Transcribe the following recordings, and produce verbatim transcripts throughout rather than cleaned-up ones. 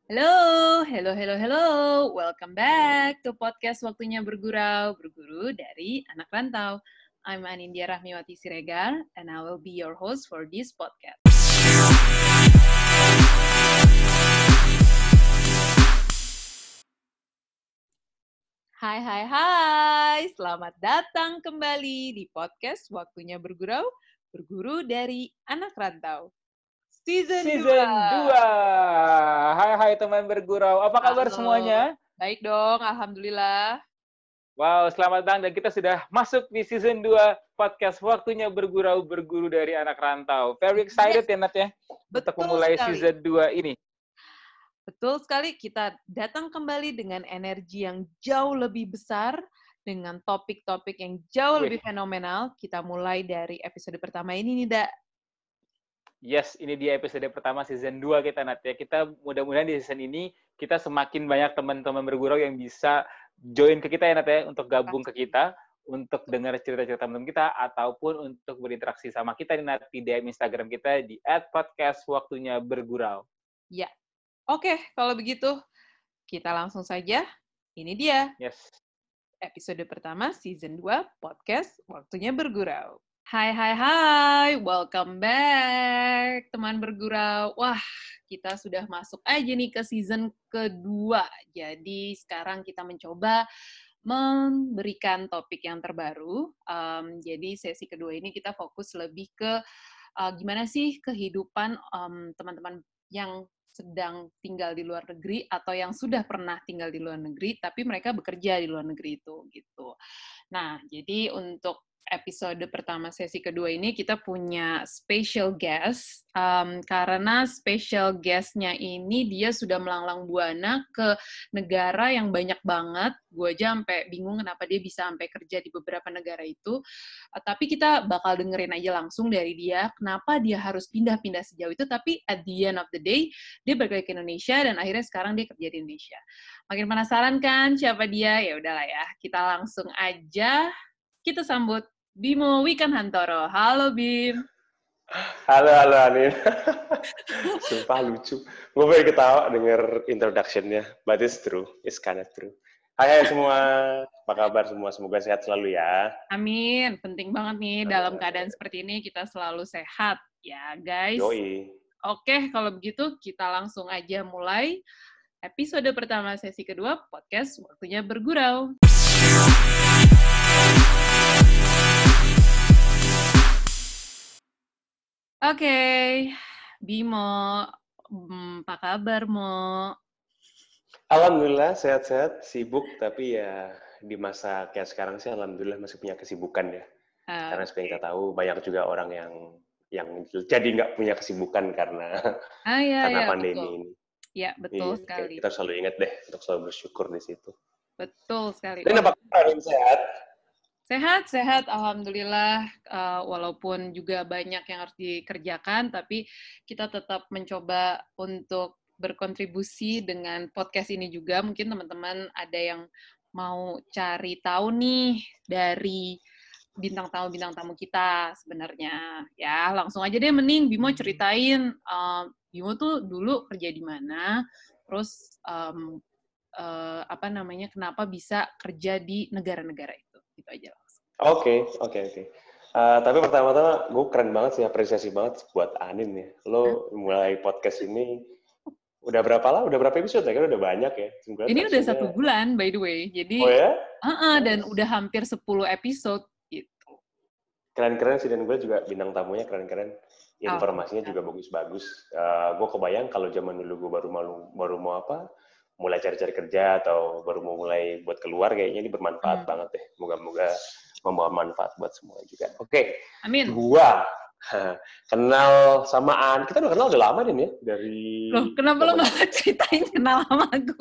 Halo, hello, hello, hello. Welcome back to podcast Waktunya Bergurau, berguru dari anak rantau. I'm Anindya Rahmiwati Siregar, and I will be your host for this podcast. Hai, hai, hai. Selamat datang kembali di podcast Waktunya Bergurau, berguru dari anak rantau. Season, Season dua. Hai hai teman bergurau. Apa kabar Halo. semuanya? Baik dong, alhamdulillah. Wow, selamat datang dan kita sudah masuk di season dua podcast Waktunya Bergurau Berguru dari Anak Rantau. Very excited Yes, ya Nat ya untuk betul memulai sekali. season dua ini. Betul sekali, kita datang kembali dengan energi yang jauh lebih besar, dengan topik-topik yang jauh Wih, lebih fenomenal. Kita mulai dari episode pertama ini nih, Da. yes, ini dia episode pertama season dua kita Nat ya. Kita mudah-mudahan di season ini kita semakin banyak teman-teman bergurau yang bisa join ke kita ya Nat ya, untuk gabung ke Pasti. kita, untuk dengar cerita-cerita teman kita, ataupun untuk berinteraksi sama kita nih Nat, di D M Instagram kita di at podcast waktunya bergurau. Ya, oke, kalau begitu kita langsung saja. Ini dia Yes. episode pertama season dua podcast Waktunya Bergurau. Hai, hai, hai, welcome back teman bergurau. Wah, kita sudah masuk aja nih ke season kedua. Jadi sekarang kita mencoba memberikan topik yang terbaru. Um, jadi sesi kedua ini kita fokus lebih ke uh, gimana sih kehidupan um, teman-teman yang sedang tinggal di luar negeri atau yang sudah pernah tinggal di luar negeri tapi mereka bekerja di luar negeri itu gitu. Nah, jadi untuk episode pertama sesi kedua ini kita punya special guest um, karena special guest-nya ini dia sudah melanglang buana ke negara yang banyak banget. Gue aja sampai bingung kenapa dia bisa sampai kerja di beberapa negara itu. Uh, tapi kita bakal dengerin aja langsung dari dia kenapa dia harus pindah-pindah sejauh itu. Tapi at the end of the day dia balik lagi ke Indonesia dan akhirnya sekarang dia kerja di Indonesia. Makin penasaran kan siapa dia? Ya udahlah ya, kita langsung aja kita sambut Bimo Wikanhantoro. Halo Bim. Halo, halo Anin. Sumpah lucu. Gue pengen ketawa denger introduction-nya. But it's true. It's kind of true. Hai, hai semua. Apa kabar semua? Semoga sehat selalu ya. Amin. Penting banget nih dalam keadaan seperti ini kita selalu sehat ya guys. Yoi. Oke, kalau begitu kita langsung aja mulai episode pertama sesi kedua podcast Waktunya Bergurau. Oke, okay. Bimo, hmm, apa kabar Mo? Alhamdulillah sehat-sehat, sibuk, tapi ya di masa kayak sekarang sih alhamdulillah masih punya kesibukan ya. Uh, Karena seperti kita tahu banyak juga orang yang yang jadi nggak punya kesibukan karena ah, ya, karena ya, pandemi betul. ini. Ya, betul Iya, sekali. kita selalu ingat deh untuk selalu bersyukur di situ. Betul sekali. Dan apa kabar? Sehat? Sehat, sehat, alhamdulillah. Uh, walaupun juga banyak yang harus dikerjakan, tapi kita tetap mencoba untuk berkontribusi dengan podcast ini juga. Mungkin teman-teman ada yang mau cari tahu nih dari bintang tamu-bintang tamu kita sebenarnya. Ya, langsung aja deh mending Bimo ceritain, uh, Bimo tuh dulu kerja di mana, terus um, uh, apa namanya, kenapa bisa kerja di negara-negara itu. Gitu aja langsung. Oke, oke, oke. Uh, tapi pertama-tama, gue keren banget sih, apresiasi banget buat Anin ya. Lo mulai podcast ini, udah berapa lah? Udah berapa episode ya? Kan udah banyak ya. Sebenarnya ini udah episode-nya... satu bulan, by the way. Jadi, oh ya? uh-uh, Nice. Dan udah hampir sepuluh episode gitu. Keren-keren sih, dan gue juga bintang tamunya keren-keren. Informasinya oh, juga bagus-bagus. Uh, gue kebayang kalau zaman dulu gue baru mau baru mau apa, mulai cari-cari kerja atau baru mau mulai buat keluar, kayaknya ini bermanfaat hmm. banget deh. Moga-moga membawa manfaat buat semua juga. Oke. Okay. Amin. Gua kenal sama An. Kita udah kenal udah lama nih ya dari. Loh, kenapa lo nggak ceritain kenal sama aku?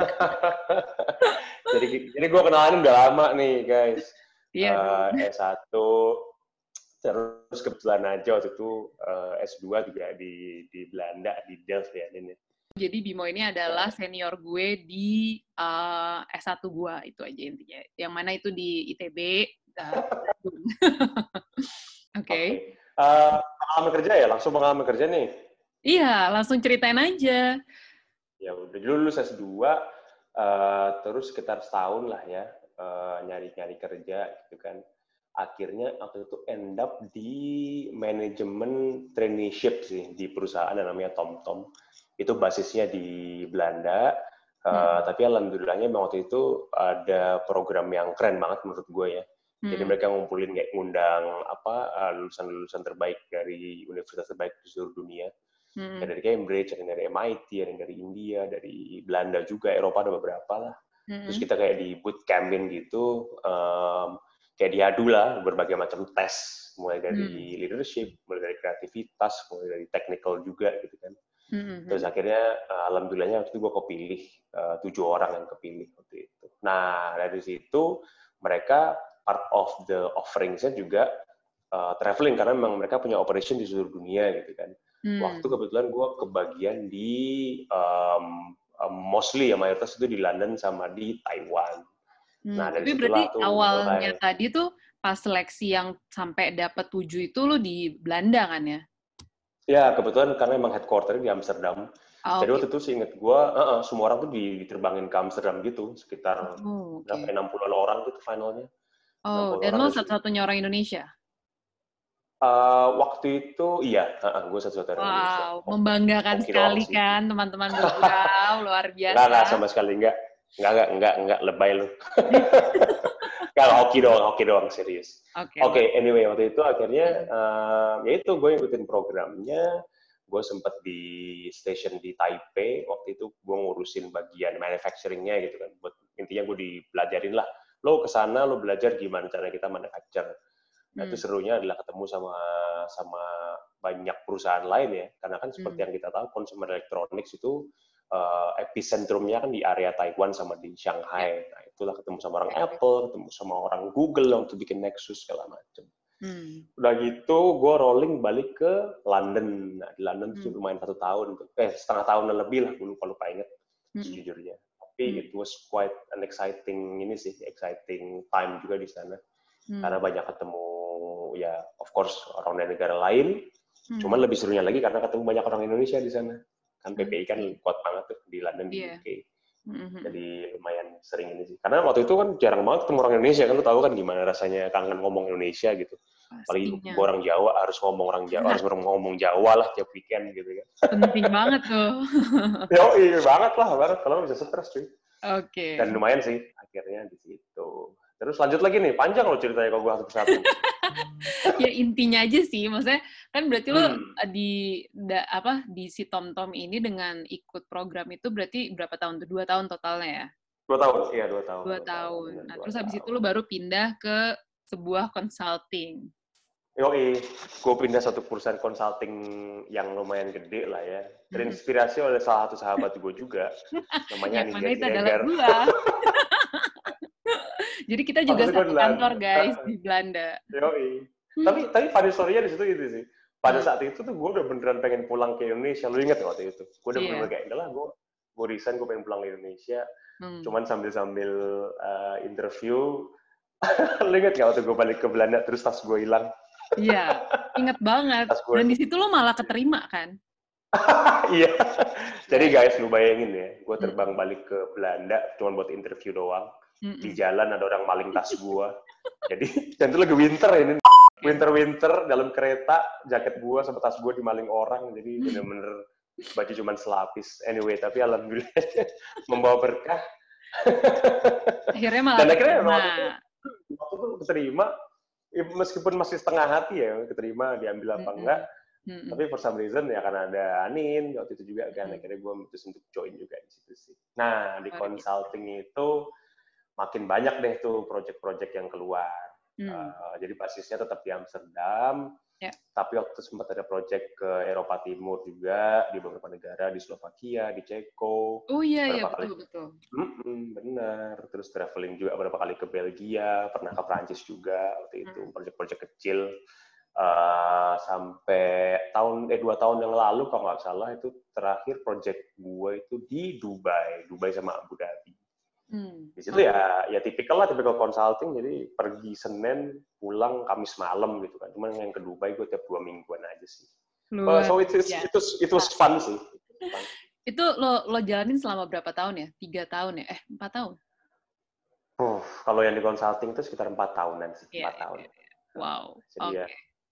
jadi jadi gue kenal An udah lama nih guys. Iya. Uh, S satu terus kebetulan aja waktu itu uh, S dua juga di di Belanda di Delft ya ini. Jadi Bimo ini adalah senior gue di uh, S satu gue, itu aja intinya. Yang mana itu di I T B. Oke. Okay. Okay. Uh, pengalaman kerja ya? Langsung pengalaman kerja nih? Iya, langsung ceritain aja. Ya udah dulu lulus S dua, uh, terus sekitar setahun lah ya uh, nyari-nyari kerja gitu kan. Akhirnya waktu itu end up di manajemen traineeship sih di perusahaan yang namanya TomTom. Itu basisnya di Belanda, uh, hmm. tapi alhamdulillahnya waktu itu ada program yang keren banget menurut gue ya. Hmm. Jadi mereka ngumpulin kayak ngundang apa uh, lulusan-lulusan terbaik dari universitas terbaik di seluruh dunia. Hmm. Ada dari Cambridge, ada dari M I T, ada dari India, dari Belanda juga, Eropa ada beberapa lah. Hmm. Terus kita kayak di bootcampin gitu, um, kayak diadu lah berbagai macam tes, mulai dari hmm. leadership, mulai dari kreativitas, mulai dari technical juga gitu kan. Hmm. Terus akhirnya uh, alhamdulillahnya waktu itu gue kepilih, uh, tujuh orang yang kepilih waktu itu. Nah dari situ mereka part of the offerings-nya juga uh, traveling, karena memang mereka punya operation di seluruh dunia gitu kan. Hmm. Waktu kebetulan gue kebagian di um, um, mostly ya mayoritas itu di London sama di Taiwan. Hmm, nah, dari tapi berarti tuh, awalnya mulai. Tadi tuh pas seleksi yang sampai dapat tujuh itu lo di Belanda kan ya? Ya kebetulan karena emang headquarter-nya di Amsterdam. Oh, jadi okay. Waktu itu sih inget gue, uh, uh, semua orang tuh diterbangin ke Amsterdam gitu, sekitar oh, okay. berapa enam puluhan orang gitu finalnya. Oh, dan lo satu-satunya orang Indonesia? Uh, waktu itu iya, uh, gue satu-satunya wow, Indonesia. Wow, membanggakan Hoki sekali kan teman-teman bergurau, luar biasa. Enggak, enggak, sama sekali enggak. Enggak, enggak, enggak, enggak, lebay lu. Kalau hoki doang, hoki doang, serius. Oke, okay. okay, anyway, waktu itu akhirnya, uh, ya itu gue ngikutin programnya, gue sempet di station di Taipei, waktu itu gue ngurusin bagian manufacturing-nya gitu kan. Buat, intinya gue dipelajarin lah, lo kesana, lo belajar gimana cara kita manufacture. Nah, hmm. itu serunya adalah ketemu sama sama banyak perusahaan lain ya, karena kan seperti hmm. yang kita tahu consumer electronics itu uh, epicentrumnya kan di area Taiwan sama di Shanghai. Nah, itulah ketemu sama orang Apple, ketemu sama orang Google untuk bikin Nexus segala macam. Hmm. Udah gitu, gue rolling balik ke London. Nah, di London hmm. tuh lumayan satu tahun, eh setengah tahun lebih lah, gue lupa lupa inget hmm. sejujurnya. Tapi hmm. it was quite an exciting ini sih, exciting time juga di sana. Hmm. Karena banyak ketemu ya of course orang dari negara lain, hmm. cuman lebih serunya lagi karena ketemu banyak orang Indonesia di sana. Kan P P I kan kuat banget tuh di London, di yeah. U K. Mm-hmm. Jadi lumayan sering ini sih. Karena waktu itu kan jarang banget ketemu orang Indonesia, kan lu tahu kan gimana rasanya kangen ngomong Indonesia gitu. Apalagi orang Jawa harus ngomong orang Jawa, harus ngomong Jawa lah tiap weekend gitu kan. Penting banget tuh. Yo, iya banget lah, banget kalau bisa stres cuy. Oke. Okay. Dan lumayan sih akhirnya di situ. Terus lanjut lagi nih, panjang loh ceritanya kalau gue satu persatu. Ya intinya aja sih, maksudnya kan berarti lo hmm. di da, apa di si TomTom ini dengan ikut program itu berarti berapa tahun tuh? Dua tahun totalnya ya? Dua tahun, iya dua tahun. Dua, dua tahun. tahun. Nah dua terus tahun. Habis itu lo baru pindah ke sebuah consulting. Yoi, gue pindah satu perusahaan consulting yang lumayan gede lah ya. Terinspirasi oleh salah satu sahabat gue juga, namanya Anindya Siregar. Jadi kita juga oh, satu kantor guys di Belanda. Yoi. Tapi tapi pada story-nya di situ itu sih. Pada hmm. saat itu tuh gue udah beneran pengen pulang ke Indonesia. Lu inget waktu itu? Gue udah yeah. bener kayak, enggak lah gue gue resign, gue pengen pulang ke Indonesia. Hmm. Cuman sambil-sambil uh, interview, lu inget gak waktu gue balik ke Belanda terus tas gue hilang? Iya, inget banget. Dan di situ lo malah keterima kan? Iya. Jadi guys, lu bayangin ya, gue terbang hmm. balik ke Belanda cuma buat interview doang. Mm-mm. Di jalan ada orang maling tas gua. Jadi, dan itu lagi winter ini. Winter-winter dalam kereta, jaket gua sama tas gua dimaling orang. Jadi bener-bener baju cuma selapis. Anyway, tapi alhamdulillah membawa berkah. Akhirnya malah dan akhirnya waktu itu, waktu itu keterima, meskipun masih setengah hati ya, keterima, diambil apa Mm-mm. enggak. Mm-mm. Tapi for some reason ya karena ada Anin, waktu itu juga kan, akhirnya gua memutus untuk join juga di situ sih. Nah, di consulting itu makin banyak deh tuh project-project yang keluar. Hmm. Uh, jadi basisnya tetap di Amsterdam, yeah. tapi waktu itu sempat ada project ke Eropa Timur juga, di beberapa negara, di Slovakia, di Ceko. Oh iya, iya, betul-betul. Benar. Terus traveling juga beberapa kali ke Belgia, pernah ke Prancis juga, waktu itu, hmm. project-project kecil. Uh, sampai tahun, eh dua tahun yang lalu, kalau nggak salah, itu terakhir project gue itu di Dubai, Dubai sama Abu Dhabi. Hmm. Di situ ya, ya tipikal lah, tipikal consulting. Jadi pergi Senin, pulang Kamis malam gitu kan. Cuman yang ke Dubai gue tiap dua mingguan aja sih. Uh, so it, it, it, was, it was fun sih. Fun. Itu lo lo jalanin selama berapa tahun ya? Tiga tahun ya? Eh, empat tahun? Oh, kalau yang di consulting itu sekitar empat tahunan sih, Iya, empat tahun. iya, iya. Wow, Jadi oke. ya,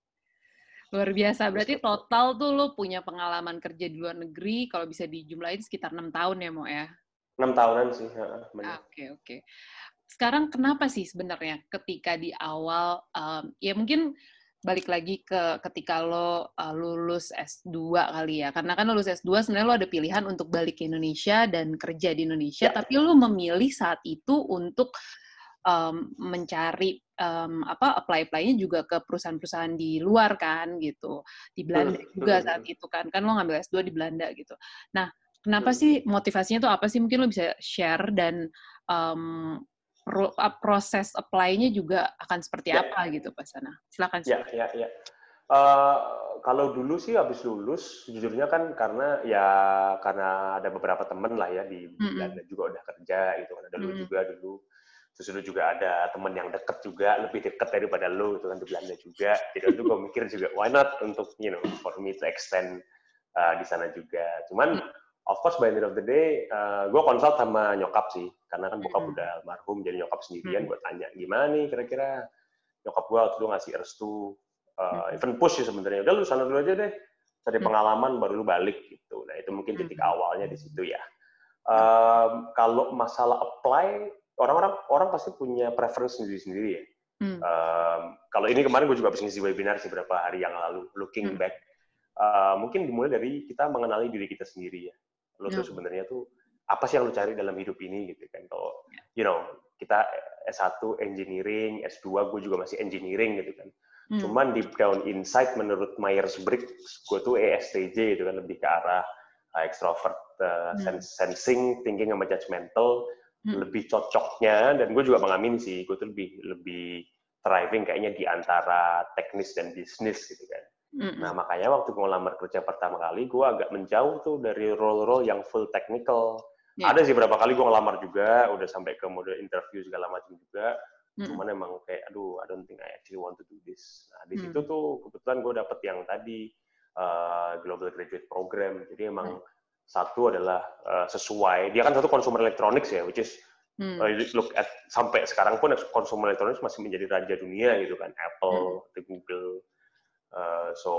Luar biasa. Berarti terus- total tuh lo punya pengalaman kerja di luar negeri, kalau bisa dijumlahin sekitar enam tahun ya, Mo ya? enam tahunan sih. heeh, benar. Oke, oke. Sekarang kenapa sih sebenarnya ketika di awal, um, ya mungkin balik lagi ke ketika lo uh, lulus S dua kali ya, karena kan lulus S dua sebenarnya lo ada pilihan untuk balik ke Indonesia dan kerja di Indonesia, Ya. tapi lo memilih saat itu untuk um, mencari um, apa apply-apply-nya juga ke perusahaan-perusahaan di luar kan gitu, di Belanda juga saat itu kan, kan lo ngambil S dua di Belanda gitu. Nah, kenapa sih motivasinya tuh apa sih? Mungkin lo bisa share dan um, pro, proses apply-nya juga akan seperti Ya. apa gitu Pak Sana. Silakan. Ya, ya, ya. Uh, kalau dulu sih habis lulus, jujurnya kan karena ya karena ada beberapa temen lah ya di Mm-mm. Belanda juga udah kerja gitu kan, ada lu Mm-mm. juga dulu. Terus dulu juga ada temen yang deket juga, lebih deket daripada lu itu kan di Belanda juga. Jadi waktu itu gue mikir juga why not untuk you know for me to extend uh, di sana juga. Cuman of course by the end of the day, uh, gue consult sama nyokap sih, karena kan bokap Mm-mm. udah almarhum, jadi nyokap sendirian. Mm-mm. Gue tanya gimana nih kira-kira nyokap gue waktu itu ngasih restu, uh, even push sih sebenarnya. Udah lu sana dulu aja deh, cari pengalaman baru lu balik gitu. Nah itu mungkin titik awalnya di situ ya. Um, kalau masalah apply, orang-orang orang pasti punya preference sendiri-sendiri ya. Mm. Um, kalau ini kemarin gue juga habis ngisi webinar sih beberapa hari yang lalu, looking back, uh, mungkin dimulai dari kita mengenali diri kita sendiri ya. Lo tuh sebenarnya tuh apa sih yang lo cari dalam hidup ini gitu kan? Kalau you know kita S satu engineering, S dua gue juga masih engineering gitu kan. Hmm. Cuman deep down inside menurut Myers-Briggs gue tuh E S T J gitu kan, lebih ke arah uh, extrovert, uh, hmm. sensing, thinking sama judgmental, hmm. lebih cocoknya, dan gue juga mengamini sih gue tuh lebih lebih thriving kayaknya di antara teknis dan bisnis gitu kan. Hmm. Nah makanya waktu gue ngelamar kerja pertama kali gue agak menjauh tuh dari role-role yang full technical. Yeah. Ada sih beberapa kali gue ngelamar juga, udah sampai ke mode interview segala macam juga. Mm. Cuman emang kayak, aduh, I don't think I actually want to do this. Nah, di mm. situ tuh kebetulan gue dapet yang tadi, uh, Global Graduate Program. Jadi emang mm. satu adalah uh, sesuai, dia kan satu consumer electronics ya, which is, mm. uh, look at, sampai sekarang pun consumer electronics masih menjadi raja dunia gitu kan. Apple, mm. Google. Uh, so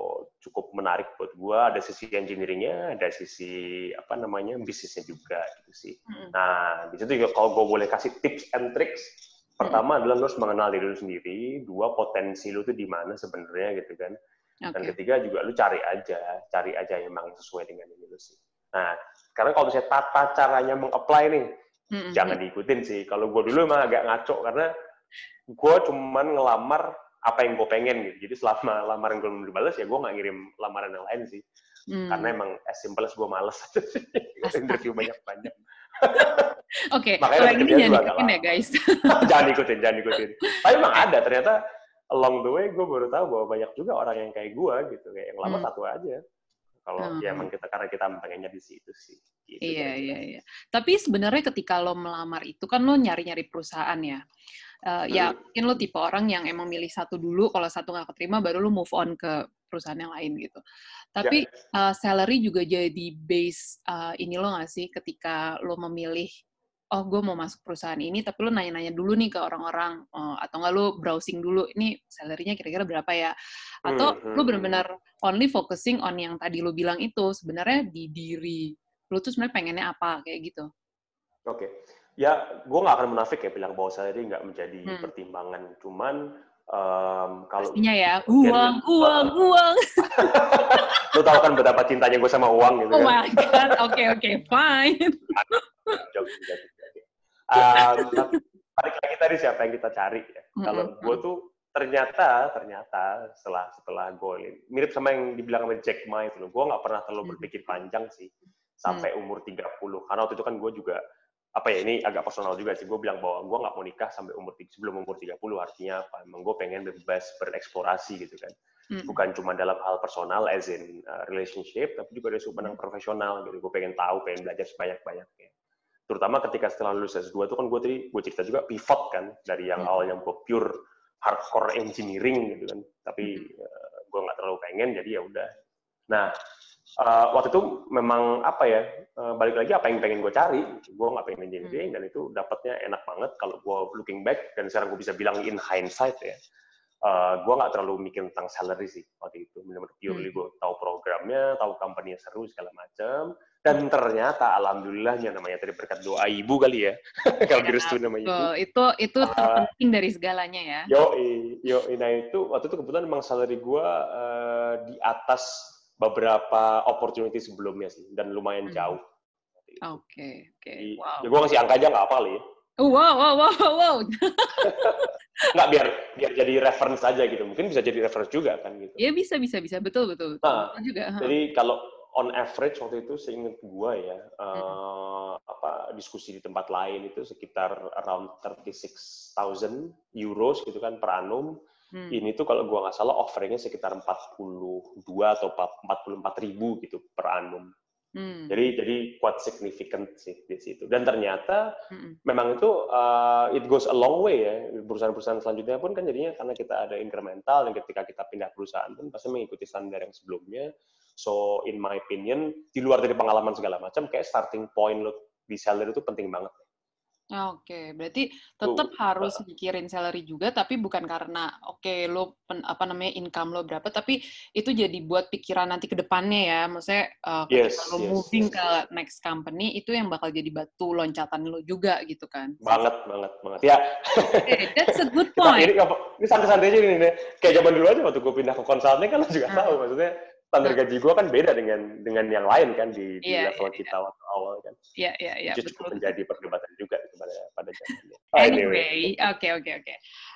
cukup menarik buat gue, ada sisi engineering-nya, ada sisi apa namanya bisnisnya juga gitu sih. Mm. Nah di situ juga kalau gue boleh kasih tips and tricks, pertama mm. adalah lo harus mengenal diri lo sendiri, dua potensi lo tuh di mana sebenarnya gitu kan, okay. Dan ketiga juga lo cari aja, cari aja yang memang sesuai dengan ini lo sih. Nah sekarang kalau misalnya tata caranya meng-apply nih, mm-hmm. jangan diikutin sih. Kalau gue dulu emang agak ngaco karena gue cuman ngelamar apa yang gue pengen gitu. Jadi selama lamaran gue belum dibalas, ya gue nggak ngirim lamaran yang lain sih. Hmm. Karena emang as simple as gue males aja sih. Interview banyak-banyak. Oke, okay. Kalau ini jangan ikutin ya guys. jangan ikutin, jangan ikutin. Tapi emang ada, ternyata along the way gue baru tahu bahwa banyak juga orang yang kayak gue gitu. Kayak yang lama hmm. satu aja. Kalau hmm. ya emang kita, karena kita pengennya di situ sih. Gitu, iya, kan. iya, iya. Tapi sebenarnya ketika lo melamar itu kan lo nyari-nyari perusahaan ya. Uh, ya mungkin lo tipe orang yang emang milih satu dulu, kalau satu nggak keterima baru lo move on ke perusahaan yang lain gitu. Tapi yeah. uh, salary juga jadi base uh, ini lo nggak sih ketika lo memilih, oh gue mau masuk perusahaan ini, tapi lo nanya-nanya dulu nih ke orang-orang, uh, atau nggak lo browsing dulu, ini salary-nya kira-kira berapa ya? Atau mm-hmm. lo benar-benar only focusing on yang tadi lo bilang itu, sebenarnya di diri lo tuh sebenarnya pengennya apa, kayak gitu. Oke. Okay. Ya, gue nggak akan munafik ya bilang bahwa salary nggak menjadi hmm. pertimbangan. Cuman um, kalau pastinya ya uang, uh, uang, uang. Lo tau kan betapa cintanya gue sama uang gitu oh kan? Oh my god, oke okay, oke, okay, fine. um, balik lagi tadi siapa yang kita cari ya? Mm-hmm. Kalau gue tuh ternyata ternyata setelah setelah gue mirip sama yang dibilang sama Jack Ma itu, gue nggak pernah terlalu berpikir panjang sih sampai mm. umur tiga puluh. Karena waktu itu kan gue juga apa ya, ini agak personal juga sih, gue bilang bahwa gue nggak mau nikah sampai umur sebelum umur tiga puluh. Artinya apa? Emang gue pengen bebas bereksplorasi gitu kan. Mm. Bukan cuma dalam hal personal as in uh, relationship, tapi juga dari sudut pandang profesional gitu. Gue pengen tahu, pengen belajar sebanyak-banyaknya. Terutama ketika setelah lulus S dua itu kan gue tadi gue cerita juga pivot kan dari yang mm. awalnya gue pure hardcore engineering gitu kan. Tapi mm. uh, gue nggak terlalu pengen, jadi ya udah. Nah, uh, waktu itu memang apa ya, uh, balik lagi apa yang pengen gue cari, gue nggak pengen engineering, hmm. dan itu dapatnya enak banget kalau gue looking back, dan sekarang gue bisa bilang in hindsight ya, uh, gue nggak terlalu mikir tentang salary sih waktu itu, benar-benar purely gue tahu programnya, tahu company-nya seru segala macam, dan ternyata alhamdulillahnya namanya tadi berkat doa ibu kali ya, kalau ya, direstui nama ibu. Itu itu terpenting uh, dari segalanya ya. Yo, yo, nah itu waktu itu kebetulan memang salary gue uh, di atas beberapa opportunity sebelumnya sih, dan lumayan jauh. Oke, oke. Okay, okay. Wow. Ya gue ngasih angka aja nggak apa kali ya. Oh, wow, wow, wow, wow. Nggak, biar biar jadi reference aja gitu. Mungkin bisa jadi reference juga kan gitu. Ya bisa, bisa, bisa. Betul, betul. betul. Nah, betul juga. Jadi kalau on average waktu itu seingat gue ya, uh, hmm. apa diskusi di tempat lain itu sekitar around thirty-six thousand euros gitu kan per annum. Hmm. Ini tuh kalau gua nggak salah offeringnya sekitar empat puluh dua atau empat puluh empat ribu gitu per annum. Hmm. Jadi jadi quite significant sih di situ. Dan ternyata hmm. memang itu uh, it goes a long way ya. Perusahaan-perusahaan selanjutnya pun kan jadinya karena kita ada incremental, dan ketika kita pindah perusahaan pun pasti mengikuti standar yang sebelumnya. So in my opinion, di luar dari pengalaman segala macam, kayak starting point lo di salary itu penting banget. Oke, okay, berarti tetap uh, harus mikirin salary juga, tapi bukan karena oke okay, lo pen, apa namanya income lo berapa, tapi itu jadi buat pikiran nanti ke depannya ya, maksudnya uh, ketika yes, lo yes, moving yes, ke yes. next company itu yang bakal jadi batu loncatan lo juga gitu kan? Banget, so, banget, banget. Ya. Okay, that's a good point. Ini, ini santai-santai aja nih, kayak zaman dulu aja waktu gue pindah ke consulting kan lo juga hmm. tahu, maksudnya standar gaji gue kan beda dengan dengan yang lain kan di, di yeah, level yeah, kita yeah. waktu awal kan. Iya, iya, iya. Itu cukup menjadi perdebatan juga pada pada zamannya. Anyway, oke, oke, oke.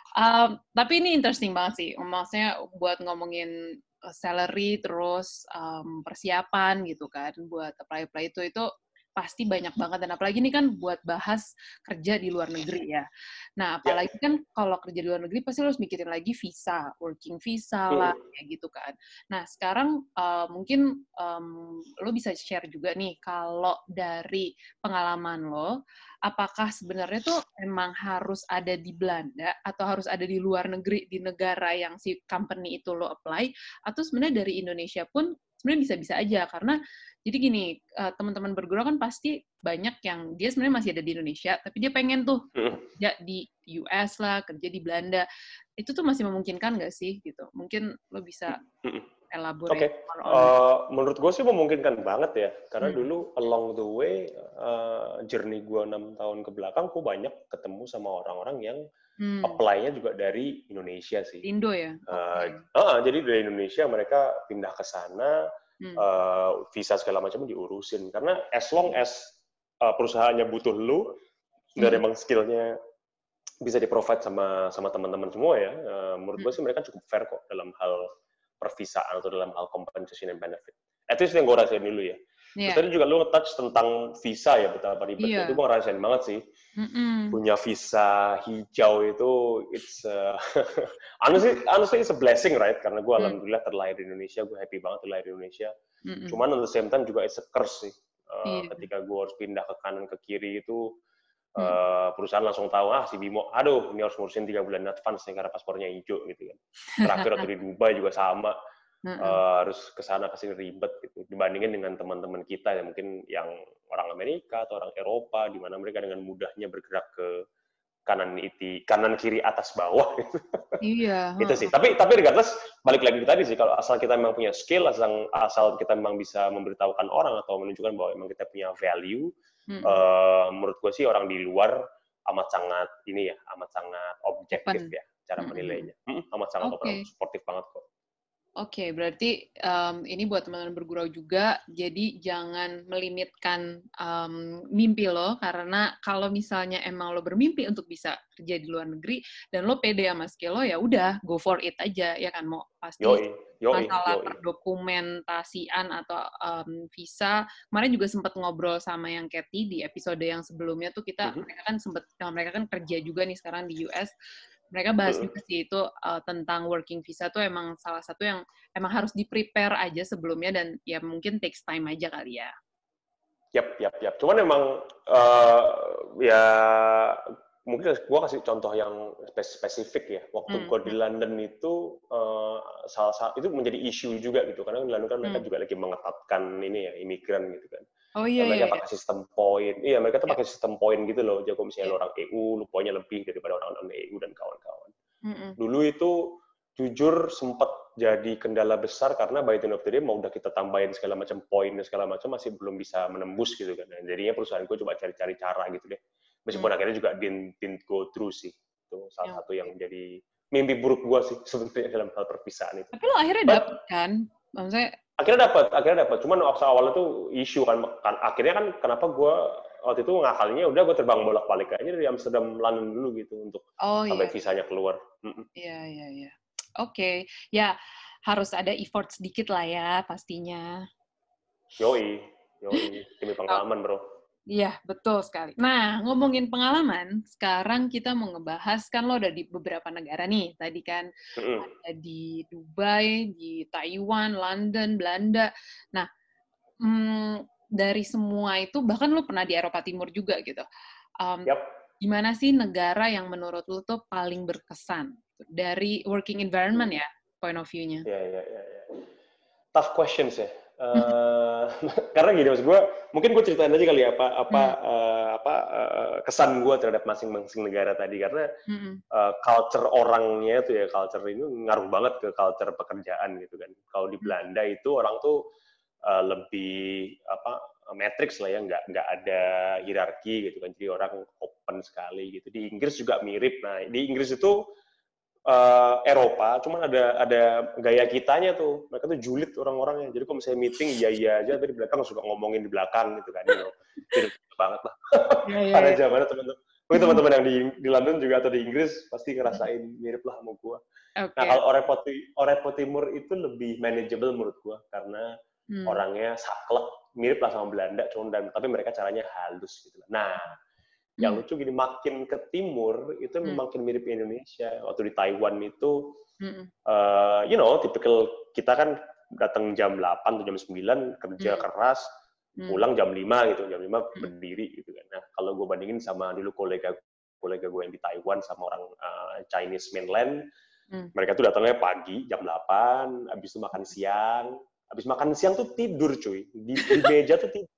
Tapi ini interesting banget sih. Maksudnya buat ngomongin salary terus um, persiapan gitu kan buat apply-apply itu itu pasti banyak banget, dan apalagi ini kan buat bahas kerja di luar negeri ya. Nah, apalagi yeah. kan kalau kerja di luar negeri pasti lo harus mikirin lagi visa, working visa lah, mm. kayak gitu kan. Nah, sekarang uh, mungkin um, lo bisa share juga nih, kalau dari pengalaman lo, apakah sebenarnya tuh emang harus ada di Belanda atau harus ada di luar negeri, di negara yang si company itu lo apply, atau sebenarnya dari Indonesia pun sebenarnya bisa-bisa aja, karena jadi gini, uh, teman-teman bergurau kan pasti banyak yang dia sebenarnya masih ada di Indonesia, tapi dia pengen tuh kerja di U S lah, kerja di Belanda. Itu tuh masih memungkinkan nggak sih? Gitu. Mungkin lo bisa elaborate. Oke, okay. uh, menurut gue sih memungkinkan banget ya, karena hmm. dulu along the way, uh, journey gue enam tahun ke belakang, gue banyak ketemu sama orang-orang yang hmm. apply-nya juga dari Indonesia sih. Indo ya? Uh, okay. uh, jadi dari Indonesia mereka pindah ke sana, Hmm. Uh, visa segala macam diurusin, karena as long as uh, perusahaannya butuh lu hmm. dan emang skillnya bisa di-provide sama sama teman-teman semua ya, uh, menurut hmm. gue sih mereka cukup fair kok dalam hal pervisaan atau dalam hal compensation and benefit. At least yang gue rasain dulu ya. Yeah. Terus tadi juga lu nge-touch tentang visa ya, betapa ribetnya. Yeah. Itu gue ngerasain banget sih. Mm-mm. Punya visa hijau itu, it's uh, honestly, honestly it's a blessing, right? Karena gue mm. alhamdulillah terlahir di Indonesia, gue happy banget terlahir di Indonesia. Mm-mm. Cuman at the same time juga it's a curse sih. Uh, yeah. Ketika gue harus pindah ke kanan ke kiri itu, uh, mm. perusahaan langsung tahu, ah si Bimo, aduh ini harus ngurusin tiga bulan advance nih karena paspornya hijau gitu kan. Terakhir waktu di Dubai juga sama. Uh, harus kesana kesini ribet gitu dibandingin dengan teman-teman kita yang mungkin yang orang Amerika atau orang Eropa di mana mereka dengan mudahnya bergerak ke kanan iti kanan kiri atas bawah gitu. Iya. Itu sih. Tapi tapi regardless balik lagi ke tadi sih, kalau asal kita memang punya skill, asal asal kita memang bisa memberitahukan orang atau menunjukkan bahwa memang kita punya value, hmm. uh, menurut gue sih orang di luar amat sangat ini ya amat sangat objektif ya cara menilainya. Hmm, amat sangat okay. open, sportif banget kok. Oke, okay, berarti um, ini buat teman-teman bergurau juga, jadi jangan melimitkan um, mimpi lo, karena kalau misalnya emang lo bermimpi untuk bisa kerja di luar negeri, dan lo pede sama skill lo, ya udah, go for it aja, ya kan, mau pasti yoi, yoi, masalah yoi. perdokumentasian atau um, visa, kemarin juga sempat ngobrol sama yang Kathy di episode yang sebelumnya tuh, kita, mm-hmm. mereka kan sempat, mereka kan kerja juga nih sekarang di U S, mereka bahas hmm. juga sih itu uh, tentang working visa tuh emang salah satu yang emang harus di-prepare aja sebelumnya, dan ya mungkin takes time aja kali ya. Yap, yap, yap. Cuman emang uh, ya mungkin gue kasih contoh yang spesifik ya. Waktu Hmm. gue di London itu uh, salah satu itu menjadi isu juga gitu, karena di London kan mereka Hmm. juga lagi mengetatkan ini ya imigran gitu kan. Oh iya, Dan mereka iya, pakai iya. sistem poin. Iya, mereka tuh Ya. pakai sistem poin gitu loh. Jadi kalau misalnya Ya. lo orang E U, lo poinnya lebih daripada orang non E U dan kawan-kawan. Mm-mm. Dulu itu jujur sempat jadi kendala besar karena by the end of the day mau udah kita tambahin segala macam poin dan segala macam masih belum bisa menembus gitu kan. Dan jadinya perusahaan gue coba cari-cari cara gitu deh. Meskipun Hmm. akhirnya juga didn't, didn't go through sih. Itu salah Ya, satu oke. yang jadi mimpi buruk gue sih sebenarnya dalam hal perpisahan itu. Tapi lo akhirnya But, dapet kan? Maksudnya, akhirnya dapat, akhirnya dapat. Cuman waktu awalnya tuh isu kan, kan akhirnya kan kenapa gue waktu itu ngakalinya udah gue terbang bolak-balik aja dari Amsterdam London dulu gitu untuk oh sampai iya, visanya keluar. Mm-mm. iya, iya, iya. Oke, ya harus ada effort sedikit lah ya pastinya. Yoi, yoi, demi pengalaman bro. Iya, betul sekali. Nah, ngomongin pengalaman, sekarang kita mau ngebahas, kan lo ada di beberapa negara nih. Tadi kan Mm-mm. ada di Dubai, di Taiwan, London, Belanda. Nah, hmm, dari semua itu, bahkan lo pernah di Eropa Timur juga gitu. Um, Yap. Gimana sih negara yang menurut lo tuh paling berkesan? Dari working environment ya, point of view-nya. Ya, ya, ya, ya. Tough questions ya. Uh, karena gini maksud gue, mungkin gue ceritain aja kali ya apa apa Hmm. uh, apa uh, kesan gue terhadap masing-masing negara tadi, karena Hmm. uh, culture orangnya tuh ya, culture ini ngaruh banget ke culture pekerjaan gitu kan. Kalau di Belanda itu orang tuh uh, lebih apa matrix lah ya, nggak nggak ada hierarki gitu kan, jadi orang open sekali gitu. Di Inggris juga mirip. Nah di Inggris itu Uh, Eropa, cuman ada ada gaya kitanya tuh, mereka tuh julid orang-orangnya. Jadi kalau misalnya meeting iya iya aja, tapi di belakang suka ngomongin di belakang gitu kan, you know. Jadi banget lah. Ya, ya, Pada ya. zamannya teman-teman, mungkin teman-teman yang di di London juga atau di Inggris pasti ngerasain mirip lah sama gua. Oke. Nah kalau Eropa, Eropa Timur itu lebih manageable menurut gua, karena Hmm. orangnya saklek, mirip lah sama Belanda, cuman dan tapi mereka caranya halus gitu. Nah yang lucu gini, makin ke timur itu Hmm. makin mirip Indonesia. Waktu di Taiwan itu, Hmm. uh, you know, tipikal kita kan datang jam delapan atau jam sembilan, kerja Hmm. keras, Hmm. pulang jam lima gitu, jam lima Hmm. berdiri gitu kan. Nah, kalau gue bandingin sama dulu kolega kolega gue yang di Taiwan sama orang uh, Chinese mainland, Hmm. mereka tuh datangnya pagi jam delapan, habis itu makan siang, habis makan siang tuh tidur cuy, di, di meja tuh tidur.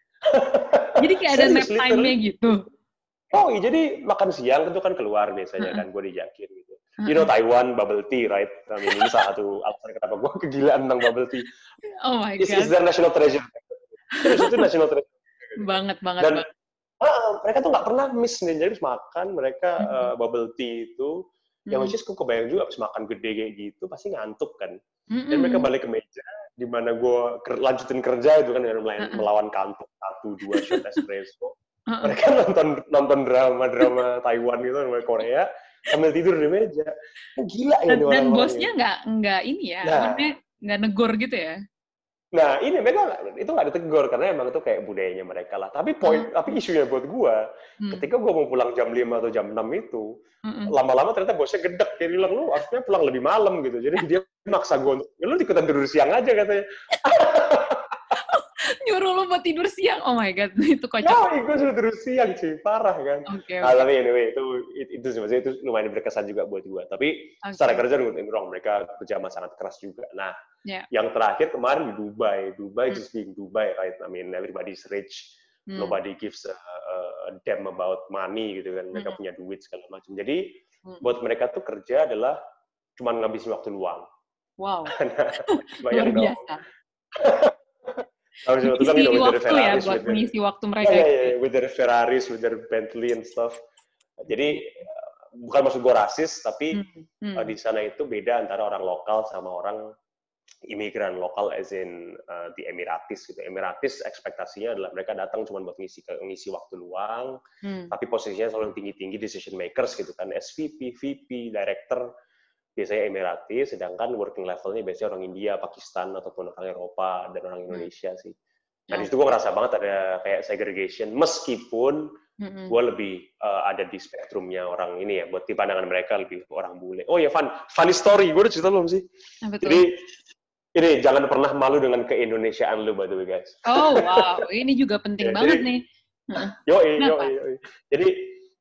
Jadi kayak ada nap time-nya gitu. Oh, jadi makan siang itu kan keluar biasanya kan, gue dijakin gitu. Uh-uh. You know Taiwan bubble tea, right? I mean, ini salah satu alasan kenapa gue kegilaan tentang bubble tea. Oh my It's, god. it's their national treasure. Terus itu national treasure. Banget, banget, Dan banget. uh, mereka tuh nggak pernah miss nih, jadi habis makan mereka Mm-hmm. uh, bubble tea itu, Mm-hmm. yang which is gue kebayang juga habis makan gede kayak gitu pasti ngantuk kan. Mm-hmm. Dan mereka balik ke meja, di mana gue ker- lanjutin kerja itu kan dengan Uh-uh. melawan kantuk satu dua shot espresso. Uh-uh. Mereka nonton nonton drama-drama Taiwan gitu, drama Korea, sambil tidur di meja. Gila ya Dan, ini dan orang-orang bosnya ini. nggak nggak ini ya, Nah. maksudnya nggak negor gitu ya? Nah ini mereka itu nggak ditegur karena emang itu kayak budayanya mereka lah. Tapi poin, Hmm. tapi isunya buat gua, Hmm. ketika gua mau pulang jam lima atau jam enam itu, Mm-mm. lama-lama ternyata bosnya gedek, dia bilang lu harusnya pulang lebih malam gitu. Jadi dia maksa gua untuk, ya lu ikutan tidur siang aja katanya. Nyuruh lu buat tidur siang, oh my god, itu kocak. No, gue sudah tidur siang sih, parah kan. Oke, Nah, oke. tapi anyway, itu itu sebenarnya itu lumayan berkesan juga buat gue. Tapi Oke. secara kerja gue wrong, mereka kerja sama sangat keras juga. Nah, Yeah. yang terakhir kemarin di Dubai, Dubai Hmm. just being Dubai, right? I mean, everybody's rich, Hmm. nobody gives a, a damn about money gitu kan. Mereka Hmm. punya duit segala macam. Jadi Hmm. buat mereka tuh kerja adalah cuma ngabisin waktu luang. Wow. Luar Bayang dong. biasa. Habis itu kan, you know, with their Waktu ya, Ferraris, buat with their- mengisi waktu mereka. Yeah, gitu. yeah, yeah, with their Ferraris, with their Bentley and stuff. Jadi uh, bukan maksud gue rasis, tapi Hmm. Hmm. uh, di sana itu beda antara orang lokal sama orang imigran lokal, as in uh, di Emiratis gitu. Emiratis ekspektasinya adalah mereka datang cuma buat ngisi ngisi waktu luang, Hmm. tapi posisinya selalu tinggi-tinggi decision makers gitu kan, S V P, V P, director. Biasanya Emiratis, sedangkan working levelnya biasanya orang India, Pakistan, ataupun orang Eropa, dan orang Indonesia sih. Nah, di situ gue ngerasa banget ada kayak segregation, meskipun Hmm. gue lebih uh, ada di spektrumnya orang ini ya, buat di pandangan mereka lebih orang bule. Oh ya, fun, funny story, gue udah cerita belum sih? Ah, betul. Jadi, ini jangan pernah malu dengan ke-Indonesiaan lu, by the way, guys. Oh, wow. Ini juga penting Ya, banget jadi- nih. Yoi, Kenapa? yoi, yoi. Jadi,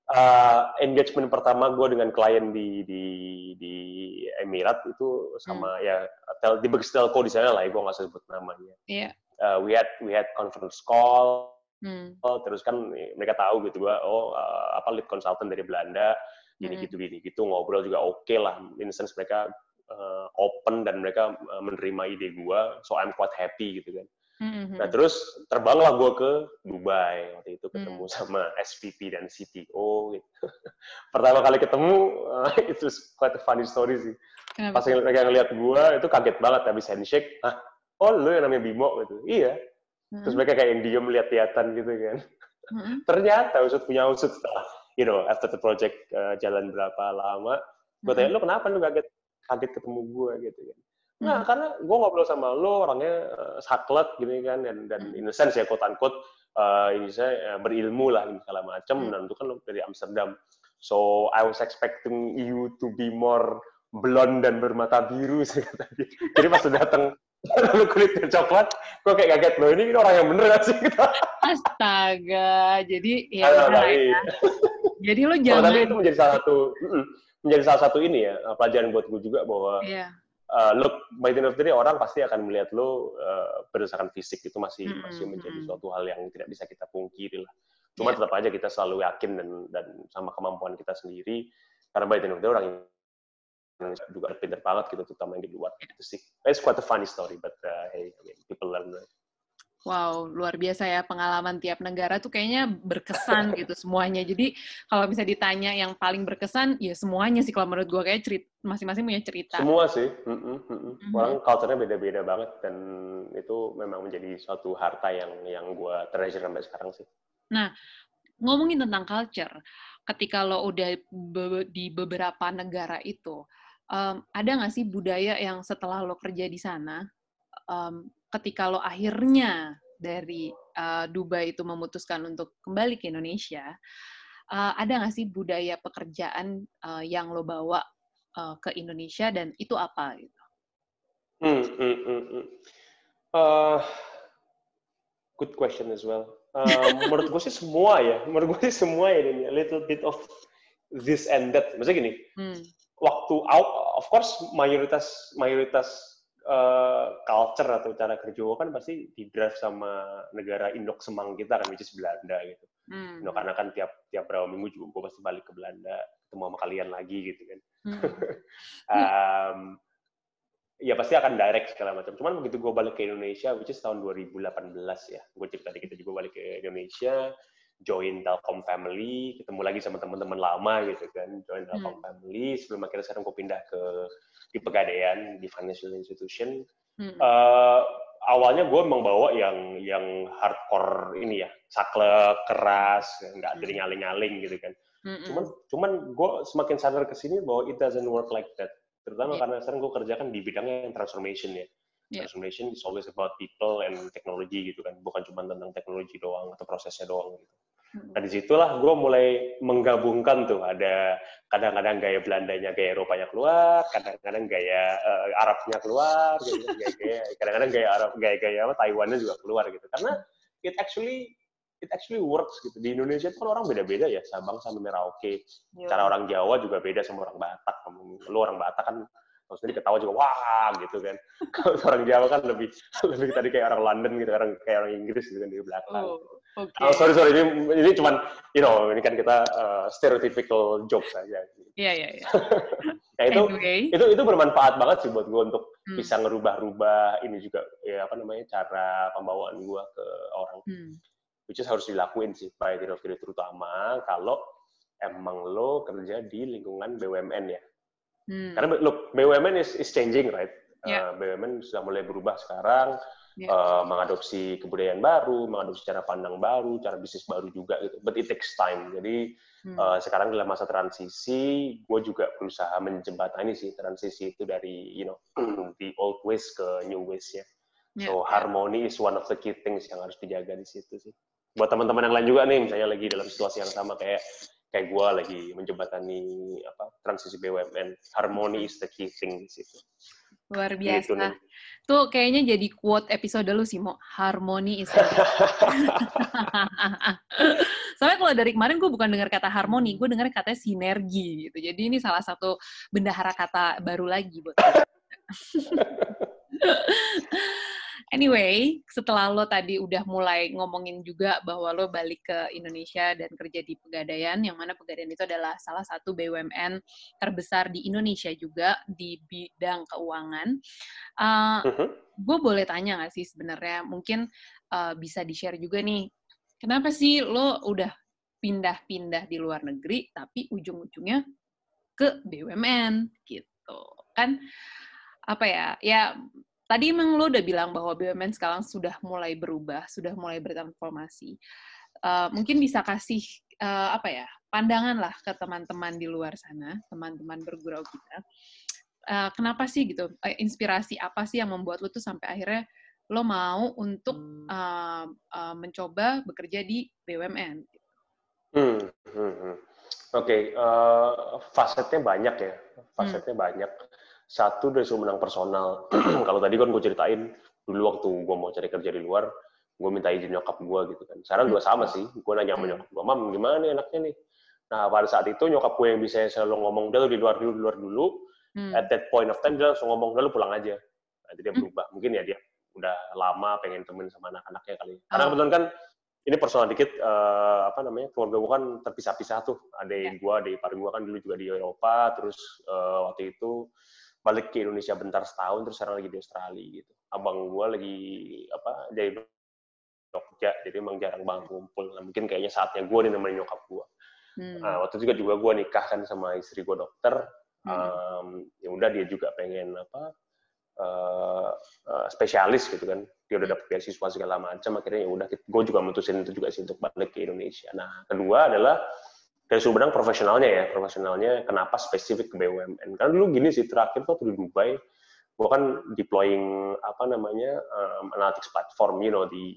uh, engagement pertama gue dengan klien di di di Emirat itu sama hmm. ya tel, di Bagus Telco di sana lah, ya, gue nggak sebut namanya. Yeah. Uh, we had we had conference call, hmm. terus kan mereka tahu gitu gue, oh uh, apa lead consultant dari Belanda, gini hmm. gitu gini gitu ngobrol juga oke okay lah, in the sense mereka uh, open dan mereka uh, menerima ide gue, so I'm quite happy gitu kan. Mm-hmm. Nah terus terbanglah gue ke Dubai, waktu itu ketemu mm. sama S V P dan C T O gitu. Pertama kali ketemu uh, itu quite a funny story sih. Kenapa? Pas mereka ngeliat gue itu kaget banget, habis handshake, ah oh lu yang namanya Bimo gitu. Iya. Mm-hmm. Terus mereka kayak yang diem lihat-lihatan gitu kan. Mm-hmm. Ternyata usut punya usut setelah you know after the project uh, jalan berapa lama, gue tanya lu kenapa lu kaget kaget ketemu gue gitu kan. Nah, hmm. karena gue ngobrol sama lo orangnya uh, saklek gini kan, dan dan in a sense ya quote unquote uh, ini saya uh, berilmu lah segala macam, hmm. dan itu kan lo dari Amsterdam, so I was expecting you to be more blonde dan bermata biru sih tadi. Jadi pas udah datang lo kulitnya coklat, gue kayak kaget lo ini orang yang bener gak sih? Astaga, jadi ya, nah, ya. Jadi lo jangan. Oh, tapi itu menjadi salah satu menjadi salah satu ini ya pelajaran buat gue juga bahwa. Yeah. Uh, look, by the end of the day orang pasti akan melihat lo uh, berdasarkan fisik, itu masih mm-hmm. masih menjadi suatu hal yang tidak bisa kita pungkiri lah. Cuma yeah. tetap aja kita selalu yakin dan dan sama kemampuan kita sendiri, karena by the end of the day orang Indonesia juga pintar banget gitu, terutama yang di luar. Itu sih, it's quite a funny story, but uh, hey, I mean, people learn. Right? Wow, luar biasa ya pengalaman tiap negara tuh kayaknya berkesan gitu semuanya. Jadi kalau bisa ditanya yang paling berkesan, ya semuanya sih kalau menurut gue kayak cerita, masing-masing punya cerita. Semua sih, mm-hmm, mm-hmm. Mm-hmm. Orang culture-nya beda-beda banget dan itu memang menjadi suatu harta yang yang gue treasure sampai sekarang sih. Nah, ngomongin tentang culture, ketika lo udah be- di beberapa negara itu, um, ada nggak sih budaya yang setelah lo kerja di sana, um, ketika lo akhirnya dari uh, Dubai itu memutuskan untuk kembali ke Indonesia, uh, ada nggak sih budaya pekerjaan uh, yang lo bawa uh, ke Indonesia dan itu apa? Gitu? Hmm, hmm, hmm, hmm. Uh, good question as well. Uh, menurut gue sih semua ya, menurut gue sih semua ya, a little bit of this and that. Maksudnya gini, hmm. waktu out, of course mayoritas mayoritas Uh, culture atau cara kerja gue kan pasti di-drive sama negara induk semang kita kan, which is Belanda gitu. Hmm. You know, karena kan tiap tiap berapa minggu juga gue pasti balik ke Belanda, ketemu sama kalian lagi gitu kan. Hmm. um, ya pasti akan direct segala macam. Cuman begitu gue balik ke Indonesia, which is tahun dua ribu delapan belas ya, gue cerita tadi kita juga balik ke Indonesia, join Telkom Family, ketemu lagi sama teman-teman lama gitu kan, join Telkom hmm. Family, sebelum akhirnya sekarang gue pindah ke di Pegadaian, di financial institution. Hmm. Uh, awalnya gue memang bawa yang yang hardcore ini ya, saklek, keras, nggak ada hmm. ngaling-ngaling gitu kan. Hmm. Cuman cuman gue semakin sadar ke sini bahwa it doesn't work like that. Terutama yeah. karena sekarang gue kerjakan di bidangnya yang transformation ya. Yeah. Transformation is always about people and technology gitu kan, bukan cuma tentang teknologi doang atau prosesnya doang gitu. Nah disitulah gue mulai menggabungkan tuh, ada kadang-kadang gaya Belandanya, gaya Eropanya keluar, kadang-kadang gaya uh, Arabnya keluar, gitu, gaya-gaya, kadang-kadang gaya Arab, gaya-gaya apa Taiwannya juga keluar gitu. Karena it actually it actually works gitu. Di Indonesia itu kan orang beda-beda ya, Sabang sampai Merauke. Yeah. Cara orang Jawa juga beda sama orang Batak. Lu orang Batak kan kalau sendiri ketawa juga wah gitu kan. Kalau orang Jawa kan lebih lebih tadi kayak orang London gitu, orang kayak orang Inggris gitu kan di belakang. Oh, okay. oh sorry sorry ini ini cuman you know ini kan kita uh, stereotypical jokes saja. Iya iya iya. Nah itu anyway. itu itu bermanfaat banget sih buat gue untuk hmm. bisa ngerubah-rubah ini juga ya apa namanya cara pembawaan gue ke orang. Hmm. Which is harus dilakuin sih by the end of the day, terutama kalau emang lo kerja di lingkungan B U M N ya. Hmm. Karena look, B U M N is, is changing, right? Yeah. Uh, B U M N sudah mulai berubah sekarang, yeah. uh, mengadopsi kebudayaan baru, mengadopsi cara pandang baru, cara bisnis baru juga gitu. But it takes time. Jadi hmm. uh, sekarang dalam masa transisi, gue juga berusaha menjembatani sih transisi itu dari you know the old ways ke new ways ya. Yeah. So harmony is one of the key things yang harus dijaga di situ sih. Buat teman-teman yang lain juga nih, misalnya lagi dalam situasi yang sama kayak kayak gue lagi menjembatani apa transisi B U M N, harmony is the key thing di situ. Luar biasa. Gitu, tuh kayaknya jadi quote episode lu sih, Mo. Harmony is the key. Soalnya kalau dari kemarin gue bukan dengar kata harmoni, gue dengar katanya sinergi gitu. Jadi ini salah satu bendahara kata baru lagi buat kita. Anyway, setelah lo tadi udah mulai ngomongin juga bahwa lo balik ke Indonesia dan kerja di Pegadaian, yang mana Pegadaian itu adalah salah satu B U M N terbesar di Indonesia juga di bidang keuangan. Uh, uh-huh. Gue boleh tanya nggak sih sebenarnya, mungkin uh, bisa di-share juga nih, kenapa sih lo udah pindah-pindah di luar negeri, tapi ujung-ujungnya ke B U M N gitu kan? Apa ya? Ya tadi emang lo udah bilang bahwa B U M N sekarang sudah mulai berubah, sudah mulai bertransformasi. Uh, mungkin bisa kasih uh, apa ya pandangan lah ke teman-teman di luar sana, teman-teman bergurau kita. Uh, kenapa sih gitu? Uh, inspirasi apa sih yang membuat lo tuh sampai akhirnya lo mau untuk uh, uh, mencoba bekerja di B U M N? Hmm, hmm, hmm. Oke, okay, uh, fasetnya banyak ya, fasetnya hmm. banyak. Satu dari sumber menang personal. Kalau tadi kan gue ceritain dulu waktu gue mau cari kerja di luar, gue minta izin nyokap gue gitu kan. Sekarang juga sama sih, gue nanya sama nyokap gue, Mam, gimana nih enaknya nih? Nah, pada saat itu nyokap gue yang bisa selalu ngomong, udah lu di luar dulu, di luar dulu. Hmm. At that point of time, dia langsung ngomong, udah lu pulang aja. Nanti dia berubah. Mungkin ya dia udah lama pengen temen sama anak-anaknya kali. Karena oh. kebetulan kan, ini personal dikit, uh, apa namanya, keluarga gue kan terpisah-pisah tuh. Adik gue, adik ipar gue kan dulu juga di Eropa, terus uh, waktu itu balik ke Indonesia bentar setahun, terus sekarang lagi di Australia gitu. Abang gue lagi apa jadi Jogja, jadi emang jarang banget ngumpul. Nah, mungkin kayaknya saatnya gue nih nemenin nyokap gue. Hmm. Nah, waktu itu juga juga gue nikah kan sama istri gue dokter. Hmm. Um, ya udah dia juga pengen apa uh, uh, spesialis gitu kan. Dia udah dapet beasiswa segala macam. Akhirnya ya udah, gue juga mutusin itu juga sih untuk balik ke Indonesia. Nah, kedua adalah dari sumber benang profesionalnya ya, profesionalnya kenapa spesifik ke B U M N? Karena dulu gini sih, terakhir tuh di Dubai, gue kan deploying apa namanya um, analytics platform, you know, di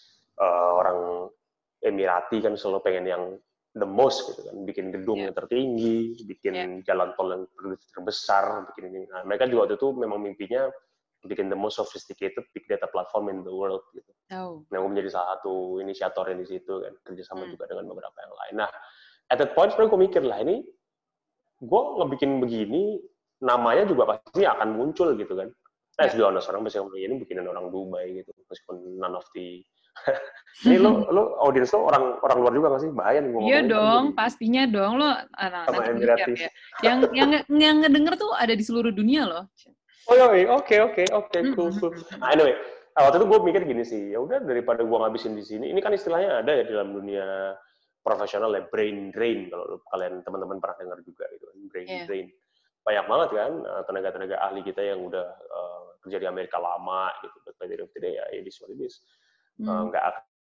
uh, orang Emirati kan selalu pengen yang the most gitu kan, bikin gedung yeah. yang tertinggi, bikin yeah. jalan tol yang terbesar, bikin ini. Nah, mereka juga waktu itu memang mimpinya bikin the most sophisticated big data platform in the world gitu. Oh. Nah, gue menjadi salah satu inisiatornya di situ kan, kerjasama hmm. juga dengan beberapa yang lain. Nah, at that point, sebenarnya gue mikir lah, ini gue ngebikin begini, namanya juga pasti akan muncul gitu kan. Nah, yeah. honest, orang biasanya ini bikinan orang Dubai gitu, meskipun none of the... ini lo, lo audiens lo orang orang luar juga nggak sih? Bahaya nih gue ngomongin. Iya dong, kan, pastinya dong. Lo anak sama Emiratis. Ya. Yang, yang, yang ngedenger tuh ada di seluruh dunia loh. Oh iya, oke, oke, oke, cool, cool. Nah, anyway, waktu itu gue mikir gini sih, ya udah daripada gue ngabisin di sini, ini kan istilahnya ada ya dalam dunia profesional ya, brain drain, kalau kalian teman-teman pernah dengar juga gitu, brain yeah. drain. Banyak banget kan tenaga-tenaga ahli kita yang udah uh, kerja di Amerika lama gitu, but by the end of the day ya it is what it is. Hmm. Uh, nggak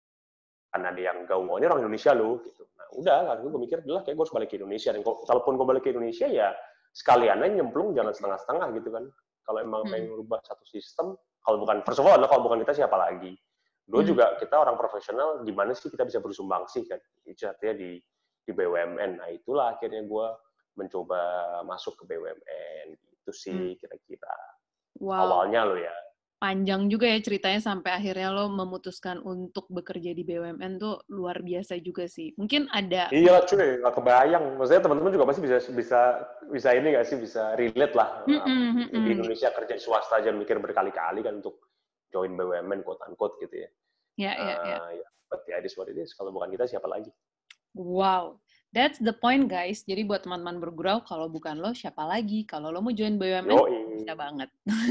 akan ada yang gaung, oh ini orang Indonesia loh gitu. Nah udah, lalu gue mikir, udah kayak gue harus balik ke Indonesia, dan kalaupun gue balik ke Indonesia ya sekalian aja nyemplung, jangan setengah-setengah gitu kan. Kalau emang hmm. pengen merubah satu sistem, kalau bukan, first of all, kalau bukan kita siapa lagi? Dulu hmm. juga kita orang profesional, di mana sih kita bisa bersumbangsi kan? Itu artinya di di B U M N. Nah itulah akhirnya gue mencoba masuk ke B U M N. Itu sih hmm. kira-kira wow. awalnya lo ya. Panjang juga ya ceritanya sampai akhirnya lo memutuskan untuk bekerja di B U M N tuh luar biasa juga sih. Mungkin ada. Iya cuy, nggak kebayang. Maksudnya teman-teman juga pasti bisa bisa bisa ini nggak sih, bisa relate lah. Mm -mm, di Indonesia kerja swasta aja mikir berkali-kali kan untuk join B U M N quote unquote gitu ya. Ya, ya, ya. Ya, but yeah, it is what it is. Kalau bukan kita siapa lagi? Wow, that's the point guys. Jadi buat teman-teman bergurau, kalau bukan lo siapa lagi? Kalau lo mau join B U M N, Yoi. Bisa banget.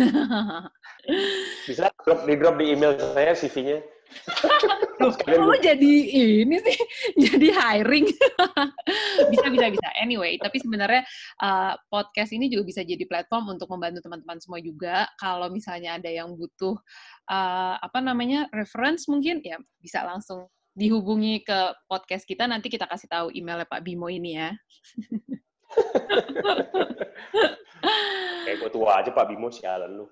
Bisa drop di drop di email saya C V-nya. Loh, lo jadi ini sih, jadi hiring. bisa, bisa, bisa. Anyway, tapi sebenarnya uh, podcast ini juga bisa jadi platform untuk membantu teman-teman semua juga. Kalau misalnya ada yang butuh uh, apa namanya reference mungkin, ya bisa langsung dihubungi ke podcast kita. Nanti kita kasih tahu emailnya Pak Bimo ini ya. Kayak gue tua aja Pak Bimo, sialan lu.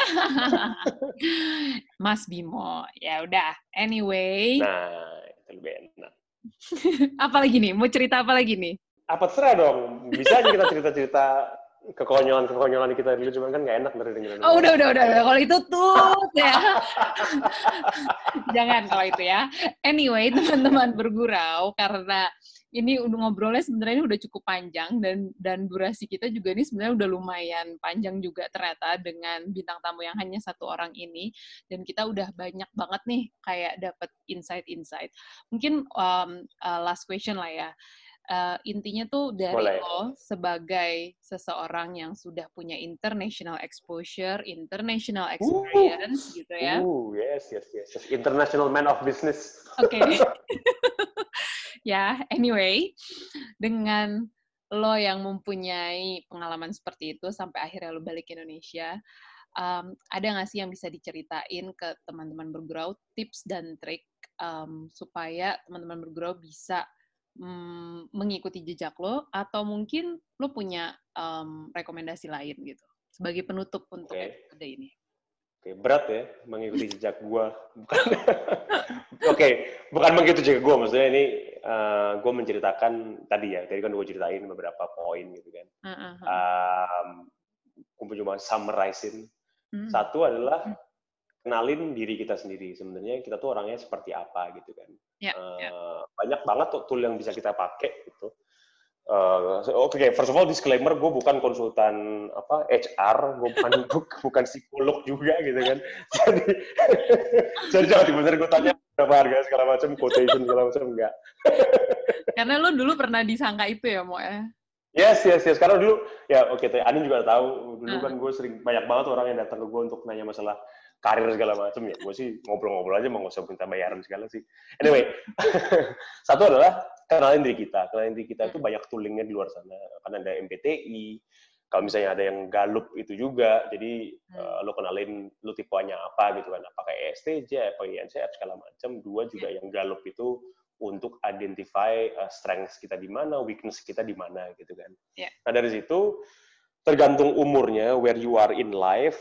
Mas Bimo, ya udah. Anyway. Nah, itu lebih enak. Apa lagi nih? Mau cerita apa lagi nih? Apa terserah dong. Bisa aja kita cerita-cerita kekonyolan-kekonyolan kita dulu, cuman kan nggak enak dari dengerin. Oh, udah, udah, udah, udah. Kalau itu tuh ya. Jangan kalau itu ya. Anyway, teman-teman bergurau, karena ini udah ngobrolnya sebenarnya udah cukup panjang dan dan durasi kita juga ini sebenarnya udah lumayan panjang juga ternyata dengan bintang tamu yang hanya satu orang ini, dan kita udah banyak banget nih kayak dapet insight-insight. Mungkin um, uh, last question lah ya. Uh, intinya tuh dari Boleh. lo sebagai seseorang yang sudah punya international exposure, international experience uh, gitu ya. Uh, yes, yes, yes. International man of business. Oke. Okay. Ya, anyway, dengan lo yang mempunyai pengalaman seperti itu sampai akhirnya lo balik ke Indonesia, um, ada nggak sih yang bisa diceritain ke teman-teman bergurau tips dan trik um, supaya teman-teman bergurau bisa um, mengikuti jejak lo, atau mungkin lo punya um, rekomendasi lain gitu sebagai penutup untuk okay. episode ini? Oke, okay, berat ya mengikuti jejak gua. Bukan. Oke, okay, bukan mengikuti jejak gua, maksudnya ini uh, gua menceritakan tadi ya, tadi kan gua ceritain beberapa poin gitu kan. Uh-huh. Um, gua cuma summarize-in. Uh-huh. Satu adalah kenalin diri kita sendiri. Sebenarnya kita tuh orangnya seperti apa gitu kan. Yeah, uh, yeah. Banyak banget tuh tool yang bisa kita pakai gitu. Uh, Oke, okay, first of all disclaimer, gue bukan konsultan apa H R, gue bukan bukan psikolog juga gitu kan. Jadi, jadi jangan bener gue tanya berapa harga segala macam, quotation segala macam, enggak. Karena lo dulu pernah disangka itu ya, Mo ya? Yes, yes, yes. Karena dulu ya oke, okay, Ani juga tahu dulu uh. kan gue sering banyak banget orang yang datang ke gue untuk nanya masalah karir segala macam ya. Gue sih ngobrol-ngobrol aja, mau nggak usah minta bayaran segala sih. Anyway, satu adalah kenalin diri kita. Kenalin diri kita itu banyak toolingnya di luar sana. Kan ada M B T I, kalau misalnya ada yang Gallup itu juga. Jadi hmm. uh, lo kenalin lo tipenya apa gitu kan. Apakah E S T J, apa I N C F segala macam. Dua juga yang Gallup itu untuk identify uh, strengths kita di mana, weakness kita di mana gitu kan. Yeah. Nah dari situ tergantung umurnya, where you are in life,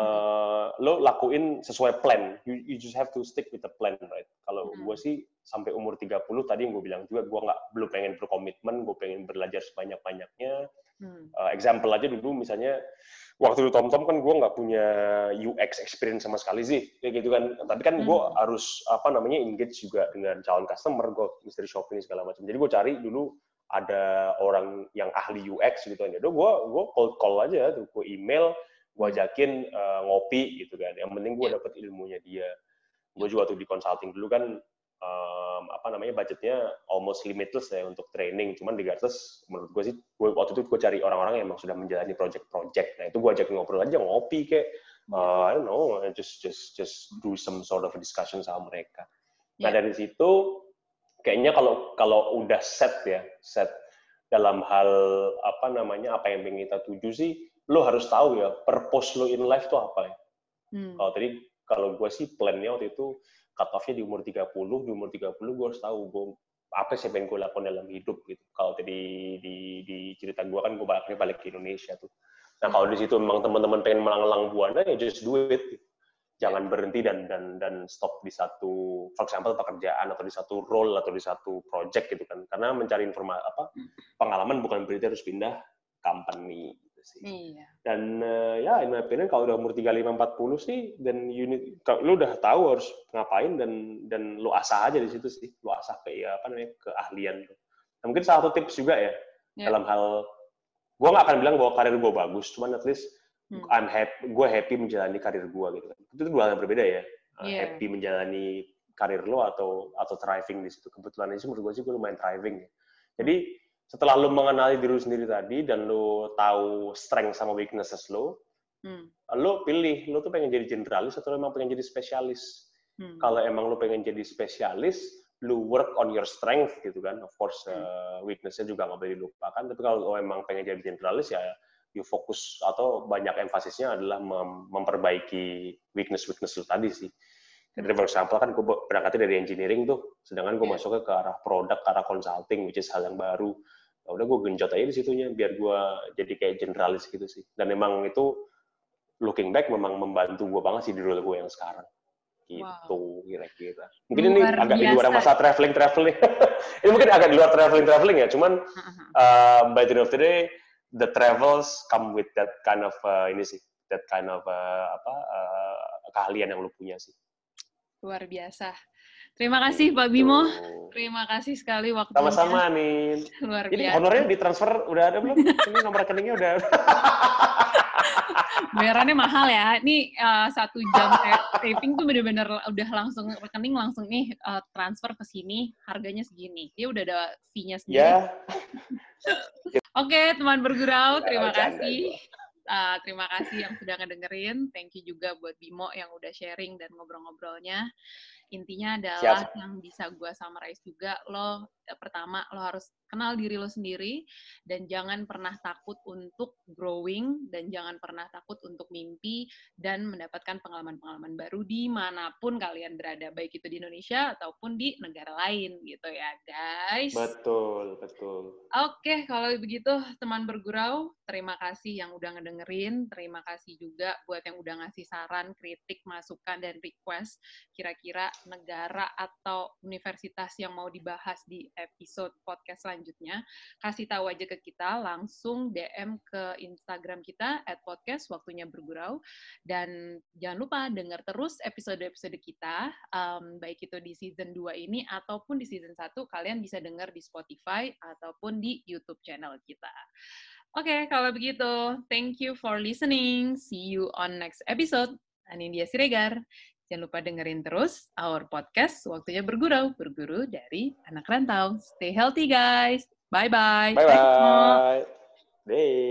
uh, hmm. lo lakuin sesuai plan. You, you just have to stick with the plan, right? Kalau hmm. gue sih sampai umur tiga puluh, tadi yang gue bilang juga, gue nggak belum pengen berkomitmen, gue pengen belajar sebanyak-banyaknya. Hmm. Uh, example aja dulu, misalnya, waktu di TomTom kan gue nggak punya U X experience sama sekali sih, kayak gitu kan. Tapi kan hmm. gue harus, apa namanya, engage juga dengan calon customer, gue mystery shopping segala macam. Jadi gue cari dulu, ada orang yang ahli U X gitu kan, ya udah gue gue cold call aja tuh, gue email, gue ajakin uh, ngopi gitu kan, yang penting gue dapet ilmunya dia. Gue juga tuh di consulting dulu kan, um, apa namanya, budgetnya almost limitless ya untuk training, cuman di Gartes menurut gue sih, gue, waktu itu gue cari orang-orang yang emang sudah menjalani project-project, nah itu gue ajakin ngobrol aja, ngopi kayak, uh, I don't know, just just just do some sort of a discussion sama mereka. Nah dari situ kayaknya kalau kalau udah set ya, set dalam hal apa namanya, apa yang ingin kita tuju sih, lo harus tahu ya, purpose lo in life tuh apa ya. Hmm. Kalau tadi, kalau gue sih plan-nya waktu itu, cut off-nya di umur tiga puluh, di umur tiga puluh gue harus tahu gue apa sih yang pengen gue lakukan dalam hidup gitu. Kalau tadi di, di cerita gue kan, gue balik, balik ke Indonesia tuh. Nah kalau di situ memang teman-teman pengen melanglang buana, ya just do it gitu. Jangan berhenti dan dan dan stop di satu, for example pekerjaan atau di satu role atau di satu project gitu kan. Karena mencari informasi apa pengalaman bukan berarti harus pindah company gitu sih. Iya. Dan uh, ya in my opinion kalau udah umur tiga puluh lima empat puluh sih, dan unit lu udah tahu harus ngapain, dan dan lu asah aja di situ sih. Lu asah ke ya apa namanya, keahlian lu. Nah, mungkin salah satu tips juga ya, yeah. dalam hal gua nggak akan bilang bahwa karir gua bagus, cuman at least Hmm. I'm happy, gue happy menjalani karir gue gitu kan. Itu dua hal yang berbeda ya. Yeah. Happy menjalani karir lo atau atau thriving di situ. Kebetulan ini menurut gue sih gue lumayan thriving ya. Jadi setelah lo mengenali diri lo sendiri tadi dan lo tahu strength sama weaknesses lo, hmm. lo pilih lo tuh pengen jadi generalis atau lo emang pengen jadi spesialis. Hmm. Kalau emang lo pengen jadi spesialis, lo work on your strength gitu kan. Of course uh, weaknessnya juga nggak boleh dilupakan. Tapi kalau lo emang pengen jadi generalis ya you fokus atau banyak emfasisnya adalah mem memperbaiki weakness-weakness lu tadi sih. Jadi for example kan gue berangkatnya dari engineering tuh, sedangkan gue yeah. masuknya ke arah produk, ke arah consulting, which is hal yang baru. Ya udah gue genjot aja di situnya biar gue jadi kayak generalis gitu sih. Dan memang itu looking back memang membantu gue banget sih di role gue yang sekarang. Gitu wow. kira-kira. Mungkin luar ini agak biasa. Di luar masa traveling-traveling. Ini mungkin agak di luar traveling-traveling ya, cuman uh-huh. uh, by the end of the day the travels come with that kind of uh, ini sih, that kind of uh, apa uh, keahlian yang lu punya sih. Luar biasa. Terima kasih Pak Bimo. Terima kasih sekali waktunya. Sama-sama nih. Luar biasa. Ini honornya ditransfer udah ada belum? Ini nomor rekeningnya udah. Bayarannya mahal ya. Ini uh, satu jam taping tuh bener-bener udah langsung rekening langsung nih uh, transfer ke sini. Harganya segini. Dia udah ada fee-nya sendiri. Ya. Oke, okay, teman bergurau, terima kasih. Uh, terima kasih yang sudah ngedengerin. Thank you juga buat Bimo yang udah sharing dan ngobrol-ngobrolnya. Intinya adalah Siap. Yang bisa gue summarize juga, lo pertama lo harus kenal diri lo sendiri dan jangan pernah takut untuk growing dan jangan pernah takut untuk mimpi dan mendapatkan pengalaman-pengalaman baru dimanapun kalian berada, baik itu di Indonesia ataupun di negara lain gitu ya guys. Betul, betul. Oke, kalau begitu teman bergurau, terima kasih yang udah ngedengerin, terima kasih juga buat yang udah ngasih saran, kritik, masukan, dan request kira-kira negara atau universitas yang mau dibahas di episode podcast selanjutnya. Kasih tahu aja ke kita, langsung D M ke Instagram kita at podcast waktunya bergurau, dan jangan lupa dengar terus episode-episode kita, um, baik itu di season dua ini ataupun di season satu, kalian bisa dengar di Spotify ataupun di YouTube channel kita. Oke, okay, kalau begitu, thank you for listening. See you on next episode. Anindya Siregar. Jangan lupa dengerin terus our podcast Waktunya Bergurau, berguru dari anak rantau. Stay healthy, guys. Bye-bye. Bye-bye. Bye.